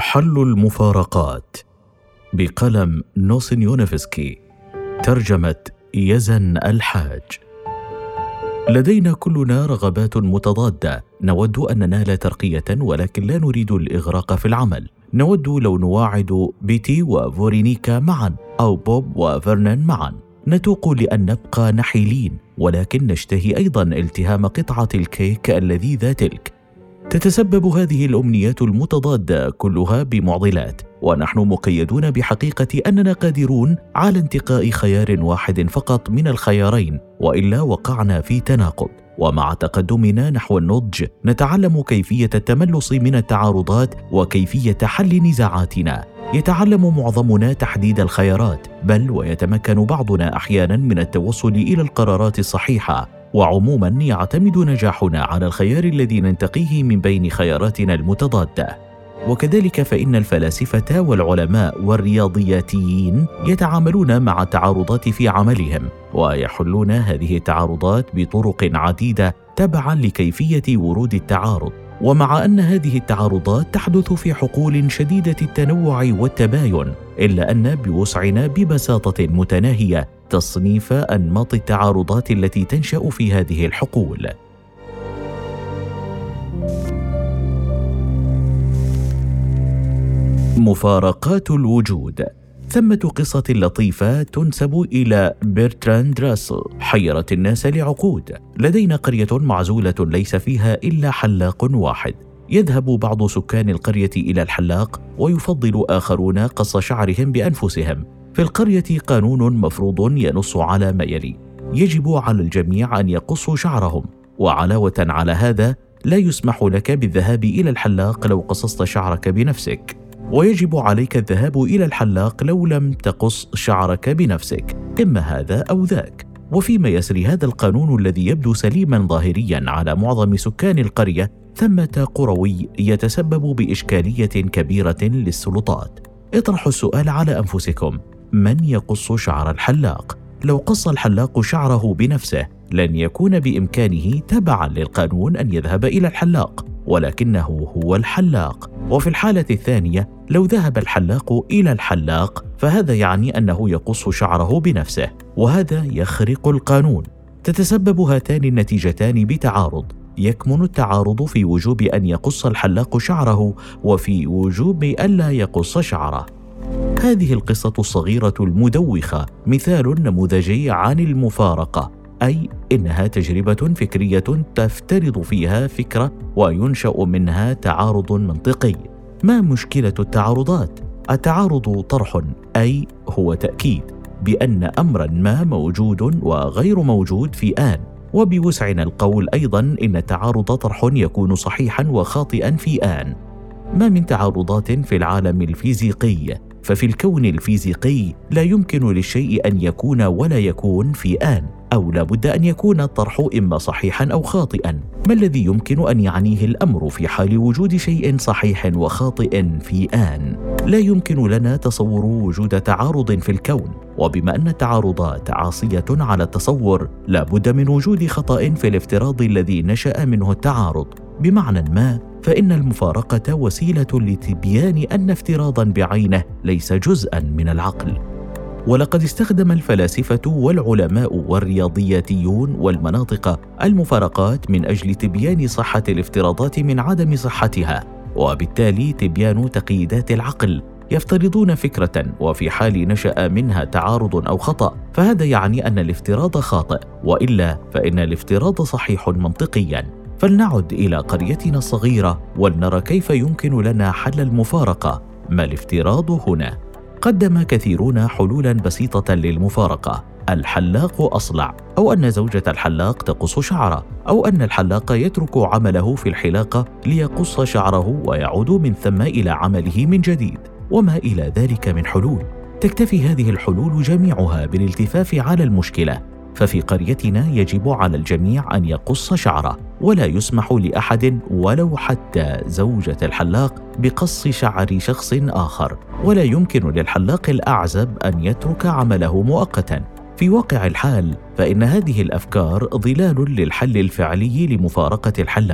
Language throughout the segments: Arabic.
حل المفارقات بقلم نوسن يونيفسكي، ترجمة يزن الحاج. لدينا كلنا رغبات متضادة، نود أن ننال ترقية ولكن لا نريد الإغراق في العمل. نود لو نواعد بيتي وفورينيكا معا أو بوب وفرنان معا. نتوق لأن نبقى نحيلين، ولكن نشتهي أيضا التهام قطعة الكيك الذي تلك. تتسبب هذه الأمنيات المتضادة كلها بمعضلات، ونحن مقيدون بحقيقة أننا قادرون على انتقاء خيار واحد فقط من الخيارين، وإلا وقعنا في تناقض. ومع تقدمنا نحو النضج نتعلم كيفية التملص من التعارضات وكيفية حل نزاعاتنا. يتعلم معظمنا تحديد الخيارات، بل ويتمكن بعضنا أحيانا من التوصل إلى القرارات الصحيحة. وعموما يعتمد نجاحنا على الخيار الذي ننتقيه من بين خياراتنا المتضادة. وكذلك فإن الفلاسفة والعلماء والرياضياتيين يتعاملون مع التعارضات في عملهم، ويحلون هذه التعارضات بطرق عديدة تبعا لكيفية ورود التعارض. ومع أن هذه التعارضات تحدث في حقول شديدة التنوع والتباين، إلا أن بوسعنا ببساطة متناهية تصنيف أنماط التعارضات التي تنشأ في هذه الحقول. مفارقات الوجود. ثمة قصة لطيفة تنسب إلى برتراند راسل حيرت الناس لعقود. لدينا قرية معزولة ليس فيها إلا حلاق واحد. يذهب بعض سكان القرية إلى الحلاق، ويفضل آخرون قص شعرهم بأنفسهم. في القرية قانون مفروض ينص على ما يلي: يجب على الجميع أن يقصوا شعرهم، وعلاوة على هذا لا يسمح لك بالذهاب إلى الحلاق لو قصصت شعرك بنفسك، ويجب عليك الذهاب إلى الحلاق لو لم تقص شعرك بنفسك، إما هذا أو ذاك. وفيما يسري هذا القانون الذي يبدو سليما ظاهريا على معظم سكان القرية، ثمة قروي يتسبب بإشكالية كبيرة للسلطات. اطرحوا السؤال على أنفسكم: من يقص شعر الحلاق؟ لو قص الحلاق شعره بنفسه لن يكون بإمكانه تبعا للقانون أن يذهب إلى الحلاق، ولكنه هو الحلاق. وفي الحالة الثانية لو ذهب الحلاق إلى الحلاق فهذا يعني أنه يقص شعره بنفسه، وهذا يخرق القانون. تتسبب هاتان النتيجتان بتعارض. يكمن التعارض في وجوب أن يقص الحلاق شعره وفي وجوب ألا يقص شعره. هذه القصة الصغيرة المدوخة مثال نموذجي عن المفارقة، أي إنها تجربة فكرية تفترض فيها فكرة وينشأ منها تعارض منطقي. ما مشكلة التعارضات؟ التعارض طرح، أي هو تأكيد بأن أمرا ما موجود وغير موجود في آن. وبوسعنا القول أيضا إن التعارض طرح يكون صحيحا وخاطئا في آن. ما من تعارضات في العالم الفيزيقي، ففي الكون الفيزيقي لا يمكن للشيء أن يكون ولا يكون في آن، أو لا بد أن يكون الطرح إما صحيحا أو خاطئا. ما الذي يمكن أن يعنيه الأمر في حال وجود شيء صحيح وخاطئ في آن؟ لا يمكن لنا تصور وجود تعارض في الكون، وبما أن التعارضات عاصية على التصور لا بد من وجود خطأ في الافتراض الذي نشأ منه التعارض. بمعنى ما فإن المفارقة وسيلة لتبيان أن افتراضا بعينه ليس جزءا من العقل. ولقد استخدم الفلاسفة والعلماء والرياضياتيون والمناطق المفارقات من أجل تبيان صحة الافتراضات من عدم صحتها، وبالتالي تبيان تقييدات العقل. يفترضون فكرة، وفي حال نشأ منها تعارض أو خطأ فهذا يعني أن الافتراض خاطئ، وإلا فإن الافتراض صحيح منطقيا. فلنعد إلى قريتنا الصغيرة ولنرى كيف يمكن لنا حل المفارقة. ما الافتراض هنا؟ قدم كثيرون حلولا بسيطة للمفارقة: الحلاق أصلع، أو أن زوجة الحلاق تقص شعره، أو أن الحلاق يترك عمله في الحلاقة ليقص شعره ويعود من ثم إلى عمله من جديد، وما إلى ذلك من حلول. تكتفي هذه الحلول جميعها بالالتفاف على المشكلة. ففي قريتنا يجب على الجميع أن يقص شعره، ولا يسمح لأحد ولو حتى زوجة الحلاق بقص شعر شخص آخر، ولا يمكن للحلاق الأعزب أن يترك عمله مؤقتا. في واقع الحال فإن هذه الأفكار ظلال للحل الفعلي لمفارقة الحلاق،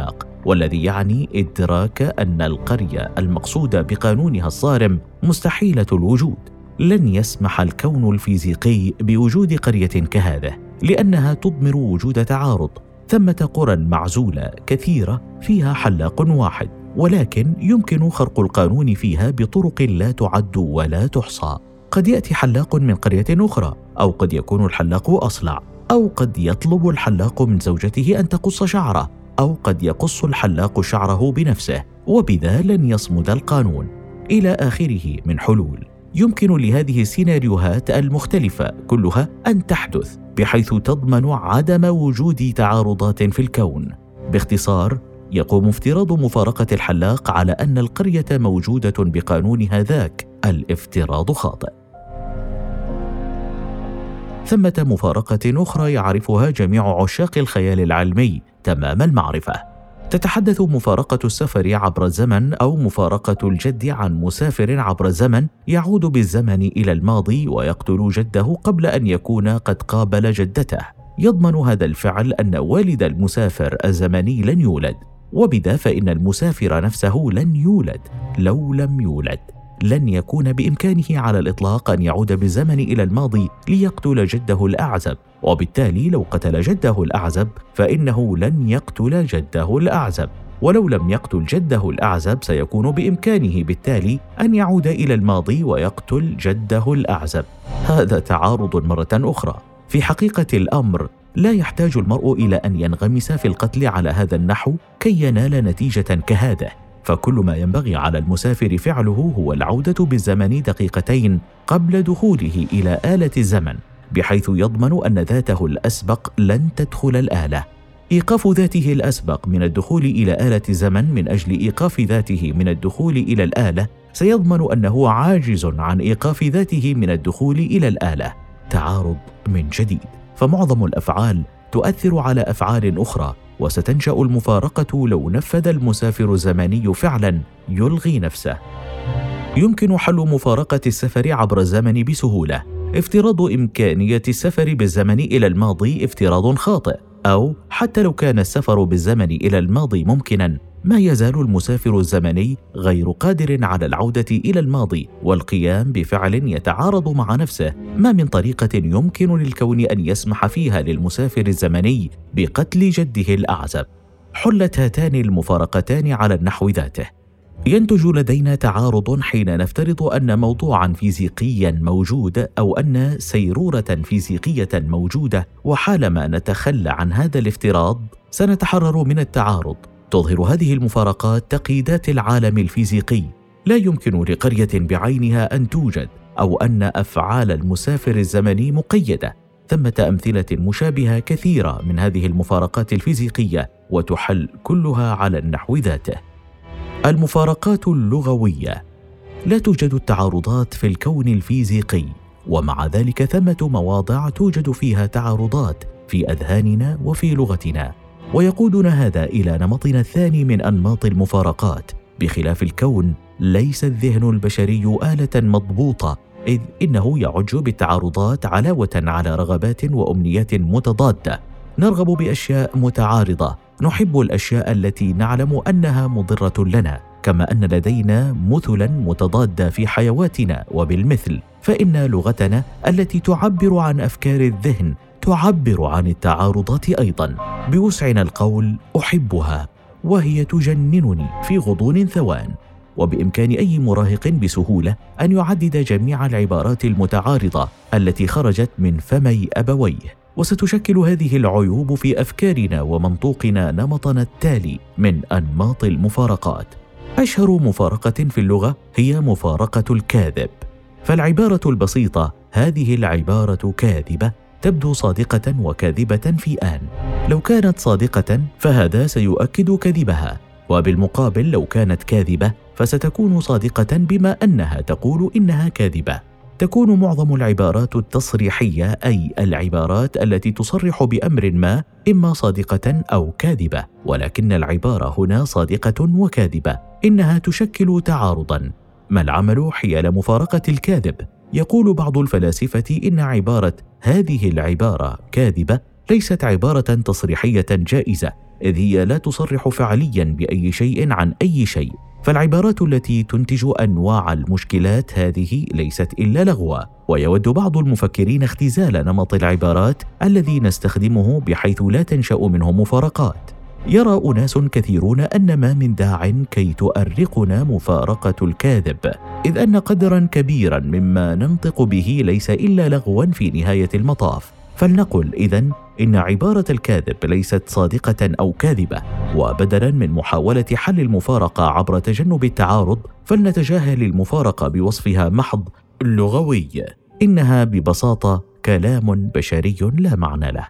والذي يعني إدراك أن القرية المقصودة بقانونها الصارم مستحيلة الوجود. لن يسمح الكون الفيزيقي بوجود قرية كهذه، لأنها تضمر وجود تعارض. ثمة قرى معزولة كثيرة فيها حلاق واحد، ولكن يمكن خرق القانون فيها بطرق لا تعد ولا تحصى. قد يأتي حلاق من قرية أخرى، أو قد يكون الحلاق أصلع، أو قد يطلب الحلاق من زوجته أن تقص شعره، أو قد يقص الحلاق شعره بنفسه، وبذا لن يصمد القانون، إلى آخره من حلول. يمكن لهذه السيناريوهات المختلفة كلها أن تحدث بحيث تضمن عدم وجود تعارضات في الكون. باختصار، يقوم افتراض مفارقة الحلاق على أن القرية موجودة بقانونها ذاك الافتراض خاطئ. ثمة مفارقة أخرى يعرفها جميع عشاق الخيال العلمي تمام المعرفة. تتحدث مفارقة السفر عبر الزمن، أو مفارقة الجد عن مسافر عبر الزمن يعود بالزمن إلى الماضي ويقتل جده قبل أن يكون قد قابل جدته. يضمن هذا الفعل أن والد المسافر الزمني لن يولد، وبذا فإن المسافر نفسه لن يولد لو لم يولد. لن يكون بإمكانه على الإطلاق أن يعود بالزمن إلى الماضي ليقتل جده الأعزب، وبالتالي لو قتل جده الأعزب فإنه لن يقتل جده الأعزب، ولو لم يقتل جده الأعزب سيكون بإمكانه بالتالي أن يعود إلى الماضي ويقتل جده الأعزب. هذا تعارض مرة أخرى. في حقيقة الأمر لا يحتاج المرء إلى أن ينغمس في القتل على هذا النحو كي ينال نتيجة كهذه، فكل ما ينبغي على المسافر فعله هو العودة بالزمن دقيقتين قبل دخوله إلى آلة الزمن، بحيث يضمن أن ذاته الأسبق لن تدخل الآلة. إيقاف ذاته الأسبق من الدخول إلى آلة الزمن من أجل إيقاف ذاته من الدخول إلى الآلة سيضمن أنه عاجز عن إيقاف ذاته من الدخول إلى الآلة. تعارض من جديد، فمعظم الأفعال تؤثر على أفعال أخرى، وستنشأ المفارقة لو نفذ المسافر الزمني فعلا يلغي نفسه. يمكن حل مفارقة السفر عبر الزمن بسهولة. افتراض إمكانية السفر بالزمن إلى الماضي افتراض خاطئ، أو حتى لو كان السفر بالزمن إلى الماضي ممكنا، ما يزال المسافر الزمني غير قادر على العودة إلى الماضي والقيام بفعل يتعارض مع نفسه. ما من طريقة يمكن للكون أن يسمح فيها للمسافر الزمني بقتل جده الأعزب. حلت هاتان المفارقتان على النحو ذاته. ينتج لدينا تعارض حين نفترض أن موضوعا فيزيقيا موجود، أو أن سيرورة فيزيقية موجودة، وحالما نتخلى عن هذا الافتراض سنتحرر من التعارض. تظهر هذه المفارقات تقييدات العالم الفيزيقي. لا يمكن لقرية بعينها أن توجد، أو أن أفعال المسافر الزمني مقيدة. ثمة أمثلة مشابهة كثيرة من هذه المفارقات الفيزيقية، وتحل كلها على النحو ذاته. المفارقات اللغوية. لا توجد التعارضات في الكون الفيزيقي، ومع ذلك ثمة مواضع توجد فيها تعارضات في أذهاننا وفي لغتنا، ويقودنا هذا إلى نمطنا الثاني من أنماط المفارقات. بخلاف الكون، ليس الذهن البشري آلة مضبوطة، إذ إنه يعج بالتعارضات علاوة على رغبات وأمنيات متضادة. نرغب بأشياء متعارضة، نحب الأشياء التي نعلم أنها مضرة لنا، كما أن لدينا مثلا متضادة في حيواتنا. وبالمثل فإن لغتنا التي تعبر عن أفكار الذهن تعبر عن التعارضات أيضا. بوسعنا القول أحبها وهي تجننني في غضون ثوان. وبإمكان أي مراهق بسهولة أن يعدد جميع العبارات المتعارضة التي خرجت من فمي أبويه، وستشكل هذه العيوب في أفكارنا ومنطوقنا نمطنا التالي من أنماط المفارقات. أشهر مفارقة في اللغة هي مفارقة الكاذب. فالعبارة البسيطة هذه العبارة كاذبة تبدو صادقة وكاذبة في آن. لو كانت صادقة فهذا سيؤكد كذبها، وبالمقابل لو كانت كاذبة فستكون صادقة بما أنها تقول إنها كاذبة. تكون معظم العبارات التصريحية، أي العبارات التي تصرح بأمر ما، إما صادقة أو كاذبة، ولكن العبارة هنا صادقة وكاذبة. إنها تشكل تعارضا. ما العمل حيال مفارقة الكاذب؟ يقول بعض الفلاسفة إن عبارة هذه العبارة كاذبة ليست عبارة تصريحية جائزة، إذ هي لا تصرح فعليا بأي شيء عن أي شيء. فالعبارات التي تنتج أنواع المشكلات هذه ليست إلا لغوا، ويود بعض المفكرين اختزال نمط العبارات الذي نستخدمه بحيث لا تنشأ منه مفارقات. يرى أناس كثيرون أن ما من داع كي تؤرقنا مفارقة الكاذب، إذ أن قدرا كبيرا مما ننطق به ليس إلا لغوا في نهاية المطاف. فلنقل إذن إن عبارة الكاذب ليست صادقة أو كاذبة، وبدلا من محاولة حل المفارقة عبر تجنب التعارض فلنتجاهل المفارقة بوصفها محض لغوي. إنها ببساطة كلام بشري لا معنى له.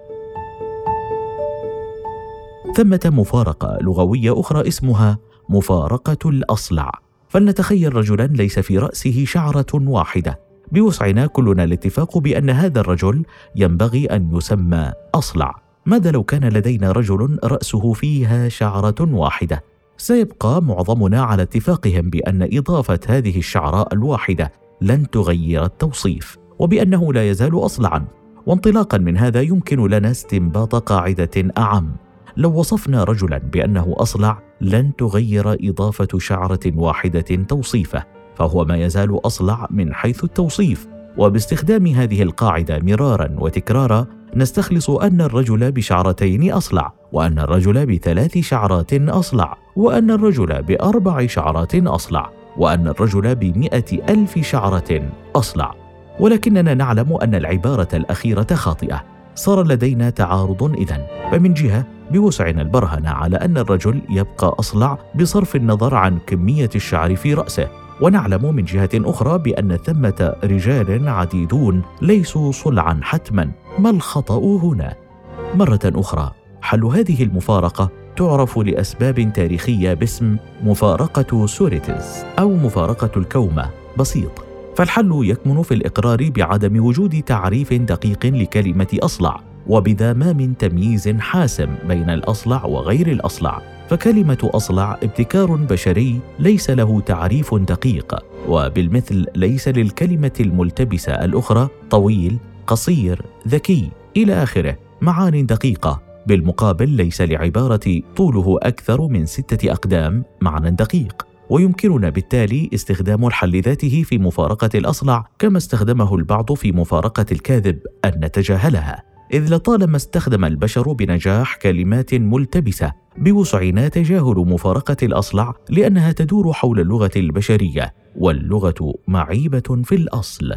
ثمة مفارقة لغوية أخرى اسمها مفارقة الأصلع. فلنتخيل رجلا ليس في رأسه شعرة واحدة، بوسعنا كلنا الاتفاق بأن هذا الرجل ينبغي أن يسمى أصلع. ماذا لو كان لدينا رجل رأسه فيها شعرة واحدة؟ سيبقى معظمنا على اتفاقهم بأن إضافة هذه الشعراء الواحدة لن تغير التوصيف، وبأنه لا يزال أصلعا. وانطلاقا من هذا يمكن لنا استنباط قاعدة أعم: لو وصفنا رجلا بأنه أصلع لن تغير إضافة شعرة واحدة توصيفه، فهو ما يزال أصلع من حيث التوصيف. وباستخدام هذه القاعدة مرارا وتكرارا نستخلص أن الرجل بشعرتين أصلع، وأن الرجل ب3 شعرات أصلع، وأن الرجل ب4 شعرات أصلع، وأن الرجل ب100,000 شعرة أصلع. ولكننا نعلم أن العبارة الأخيرة خاطئة. صار لدينا تعارض إذن. فمن جهة بوسعنا البرهنة على أن الرجل يبقى أصلع بصرف النظر عن كمية الشعر في رأسه، ونعلم من جهة أخرى بأن ثمة رجال عديدون ليسوا صلعا حتما. ما الخطأ هنا؟ مرة أخرى، حل هذه المفارقة تعرف لأسباب تاريخية باسم مفارقة سوريتز أو مفارقة الكومة. بسيط، فالحل يكمن في الإقرار بعدم وجود تعريف دقيق لكلمة أصلع، وبذا ما من تمييز حاسم بين الأصلع وغير الأصلع. فكلمة أصلع ابتكار بشري ليس له تعريف دقيق، وبالمثل ليس للكلمة الملتبسة الأخرى طويل، قصير، ذكي إلى آخره معان دقيقة. بالمقابل ليس لعبارة طوله أكثر من 6 أقدام معنى دقيق. ويمكننا بالتالي استخدام الحل ذاته في مفارقة الأصلع كما استخدمه البعض في مفارقة الكاذب أن نتجاهلها، إذ لطالما استخدم البشر بنجاح كلمات ملتبسة. بوسعنا تجاهل مفارقة الأصلع لأنها تدور حول اللغة البشرية، واللغة معيبة في الأصل.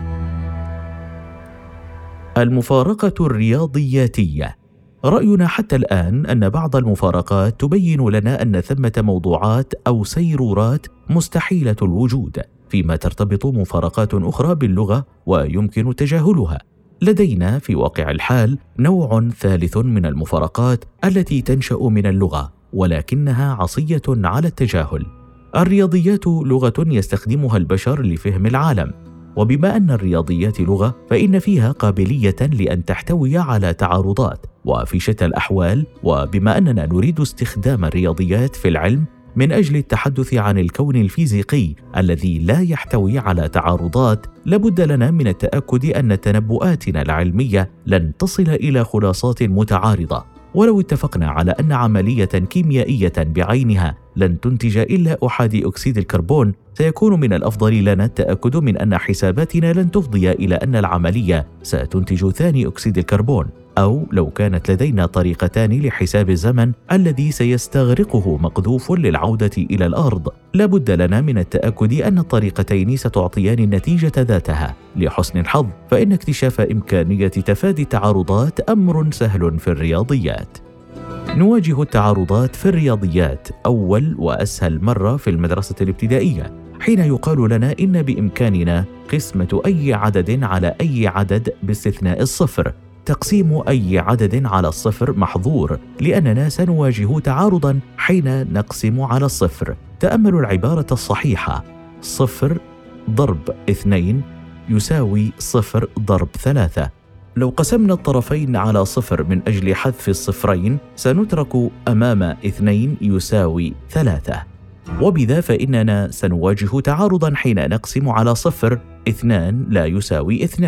المفارقة الرياضياتية. رأينا حتى الآن أن بعض المفارقات تبين لنا أن ثمة موضوعات أو سيرورات مستحيلة الوجود، فيما ترتبط مفارقات أخرى باللغة ويمكن تجاهلها. لدينا في واقع الحال نوع ثالث من المفارقات التي تنشأ من اللغة ولكنها عصية على التجاهل. الرياضيات لغة يستخدمها البشر لفهم العالم، وبما أن الرياضيات لغة فإن فيها قابلية لأن تحتوي على تعارضات وفي شتى الأحوال. وبما أننا نريد استخدام الرياضيات في العلم من أجل التحدث عن الكون الفيزيقي الذي لا يحتوي على تعارضات، لابد لنا من التأكد أن تنبؤاتنا العلمية لن تصل إلى خلاصات متعارضة. ولو اتفقنا على أن عملية كيميائية بعينها لن تنتج إلا أحادي أكسيد الكربون، سيكون من الأفضل لنا التأكد من أن حساباتنا لن تفضي إلى أن العملية ستنتج ثاني أكسيد الكربون. أو لو كانت لدينا طريقتان لحساب الزمن الذي سيستغرقه مقذوف للعودة إلى الأرض، لابد لنا من التأكد أن الطريقتين ستعطيان النتيجة ذاتها. لحسن الحظ فإن اكتشاف إمكانية تفادي التعارضات أمر سهل في الرياضيات. نواجه التعارضات في الرياضيات أول وأسهل مرة في المدرسة الابتدائية، حين يقال لنا إن بإمكاننا قسمة أي عدد على أي عدد باستثناء الصفر. تقسيم أي عدد على الصفر محظور لأننا سنواجه تعارضا حين نقسم على الصفر. تأملوا العبارة الصحيحة: 0 ضرب 2 يساوي 0 ضرب 3. لو قسمنا الطرفين على 0 من أجل حذف الصفرين سنترك أمام 2 يساوي 3، وبذا فإننا سنواجه تعارضا حين نقسم على 0 2 لا يساوي 2.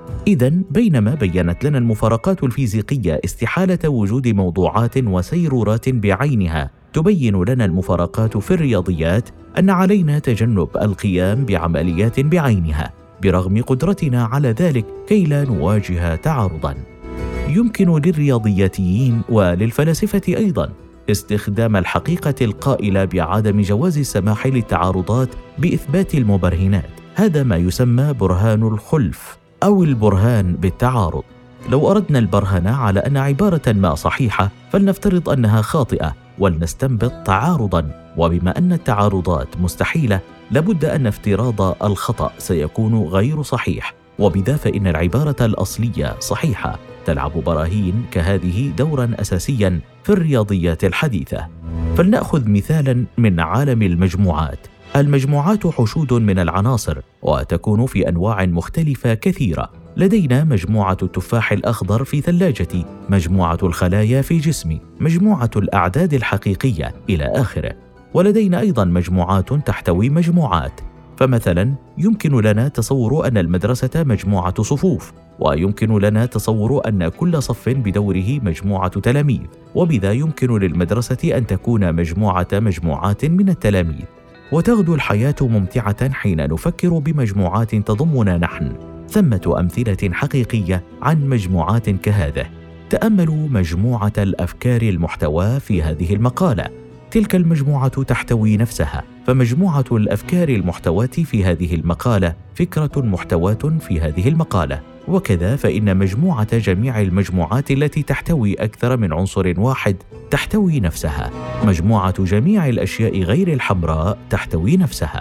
إذن بينما بيّنت لنا المفارقات الفيزيقية استحالة وجود موضوعات وسيرورات بعينها، تبين لنا المفارقات في الرياضيات أن علينا تجنب القيام بعمليات بعينها برغم قدرتنا على ذلك كي لا نواجه تعارضاً. يمكن للرياضياتيين وللفلاسفة أيضاً استخدام الحقيقة القائلة بعدم جواز السماح للتعارضات بإثبات المبرهنات. هذا ما يسمى برهان الخلف أو البرهان بالتعارض. لو أردنا البرهنة على أن عبارة ما صحيحة فلنفترض أنها خاطئة ولنستنبط تعارضاً، وبما أن التعارضات مستحيلة لابد أن افتراض الخطأ سيكون غير صحيح، وبذا فإن العبارة الأصلية صحيحة. تلعب براهين كهذه دوراً أساسياً في الرياضيات الحديثة. فلنأخذ مثالاً من عالم المجموعات. المجموعات حشود من العناصر وتكون في أنواع مختلفة كثيرة. لدينا مجموعة التفاح الأخضر في ثلاجتي، مجموعة الخلايا في جسمي، مجموعة الأعداد الحقيقية إلى آخره. ولدينا أيضاً مجموعات تحتوي مجموعات. فمثلاً يمكن لنا تصور أن المدرسة مجموعة صفوف، ويمكن لنا تصور أن كل صف بدوره مجموعة تلاميذ، وبذا يمكن للمدرسة أن تكون مجموعة مجموعات من التلاميذ. وتغدو الحياة ممتعة حين نفكر بمجموعات تضمنا نحن. ثمة أمثلة حقيقية عن مجموعات كهذه. تأملوا مجموعة الأفكار المحتوى في هذه المقالة. تلك المجموعة تحتوي نفسها، فمجموعة الأفكار المحتوى في هذه المقالة فكرة محتوى في هذه المقالة. وكذا فإن مجموعة جميع المجموعات التي تحتوي أكثر من عنصر واحد تحتوي نفسها. مجموعة جميع الأشياء غير الحمراء تحتوي نفسها.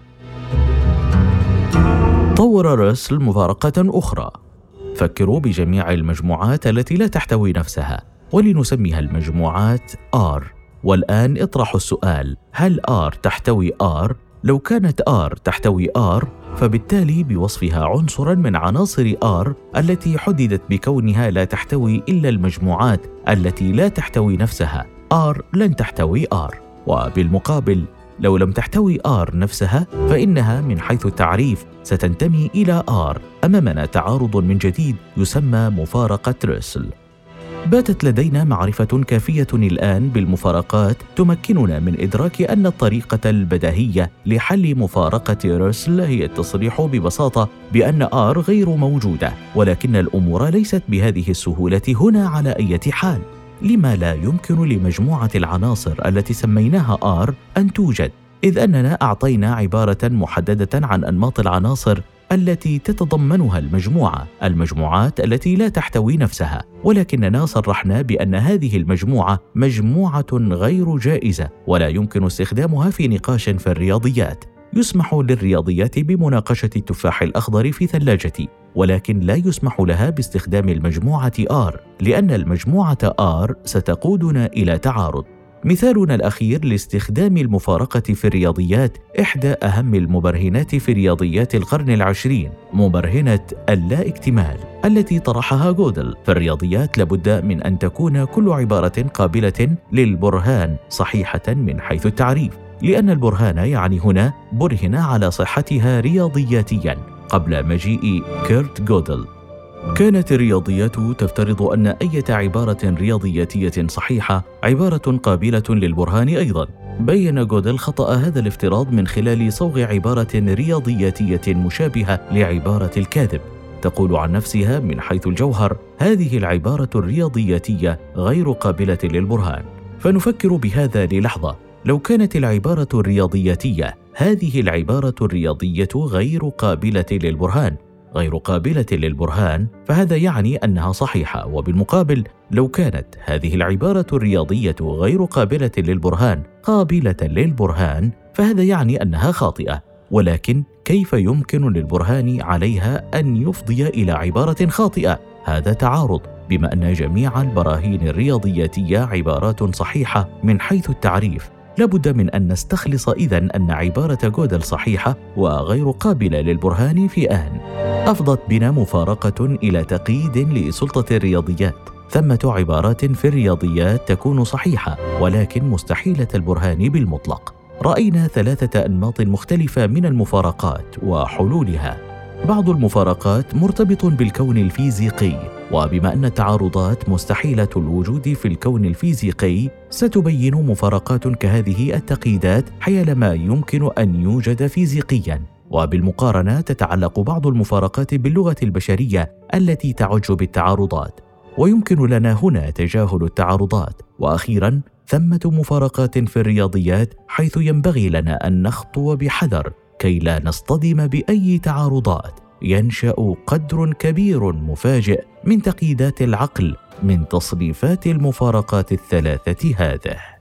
طور راسل مفارقة أخرى. فكروا بجميع المجموعات التي لا تحتوي نفسها ولنسميها المجموعات R. والآن اطرحوا السؤال: هل R تحتوي R؟ لو كانت R تحتوي R فبالتالي بوصفها عنصراً من عناصر R التي حددت بكونها لا تحتوي إلا المجموعات التي لا تحتوي نفسها، R لن تحتوي R. وبالمقابل لو لم تحتوي R نفسها فإنها من حيث التعريف ستنتمي إلى R. أمامنا تعارض من جديد يسمى مفارقة راسل. باتت لدينا معرفة كافية الآن بالمفارقات تمكننا من إدراك أن الطريقة البديهية لحل مفارقة راسل هي التصريح ببساطة بأن R غير موجودة، ولكن الأمور ليست بهذه السهولة هنا على أي حال. لما لا يمكن لمجموعة العناصر التي سميناها R أن توجد؟ إذ أننا أعطينا عبارة محددة عن أنماط العناصر التي تتضمنها المجموعات التي لا تحتوي نفسها، ولكننا صرحنا بأن هذه المجموعة مجموعة غير جائزة ولا يمكن استخدامها في نقاش في الرياضيات. يسمح للرياضيات بمناقشة التفاح الأخضر في ثلاجتي، ولكن لا يسمح لها باستخدام المجموعة R، لأن المجموعة R ستقودنا إلى تعارض. مثالنا الأخير لاستخدام المفارقة في الرياضيات إحدى أهم المبرهنات في رياضيات القرن العشرين، مبرهنة اللا اكتمال التي طرحها جودل. في الرياضيات لابد من أن تكون كل عبارة قابلة للبرهان صحيحة من حيث التعريف، لأن البرهان يعني هنا برهن على صحتها رياضياتيا قبل مجيء كيرت جودل. كانت الرياضيات تفترض أن أي عبارة رياضياتية صحيحة عبارة قابلة للبرهان أيضا. بين جودل خطأ هذا الافتراض من خلال صوغ عبارة رياضياتية مشابهة لعبارة الكاذب، تقول عن نفسها من حيث الجوهر: هذه العبارة الرياضياتية غير قابلة للبرهان. فنفكر بهذا للحظة. لو كانت العبارة الرياضياتية هذه العبارة الرياضية غير قابلة للبرهان فهذا يعني أنها صحيحة، وبالمقابل لو كانت هذه العبارة الرياضية غير قابلة للبرهان قابلة للبرهان فهذا يعني أنها خاطئة. ولكن كيف يمكن للبرهان عليها أن يفضي إلى عبارة خاطئة؟ هذا تعارض، بما أن جميع البراهين الرياضياتية عبارات صحيحة من حيث التعريف. لابد من أن نستخلص إذن أن عبارة جودل صحيحة وغير قابلة للبرهان في آن. أفضت بنا مفارقة إلى تقييد لسلطة الرياضيات. ثمة عبارات في الرياضيات تكون صحيحة ولكن مستحيلة البرهان بالمطلق. رأينا 3 أنماط مختلفة من المفارقات وحلولها. بعض المفارقات مرتبط بالكون الفيزيقي، وبما أن التعارضات مستحيلة الوجود في الكون الفيزيقي، ستبين مفارقات كهذه التقييدات حيالما يمكن أن يوجد فيزيقياً. وبالمقارنة تتعلق بعض المفارقات باللغة البشرية التي تعج بالتعارضات، ويمكن لنا هنا تجاهل التعارضات. وأخيراً، ثمة مفارقات في الرياضيات حيث ينبغي لنا أن نخطو بحذر كي لا نصطدم بأي تعارضات. ينشأ قدر كبير مفاجئ من تقييدات العقل من تصنيفات المفارقات الثلاثة هذه.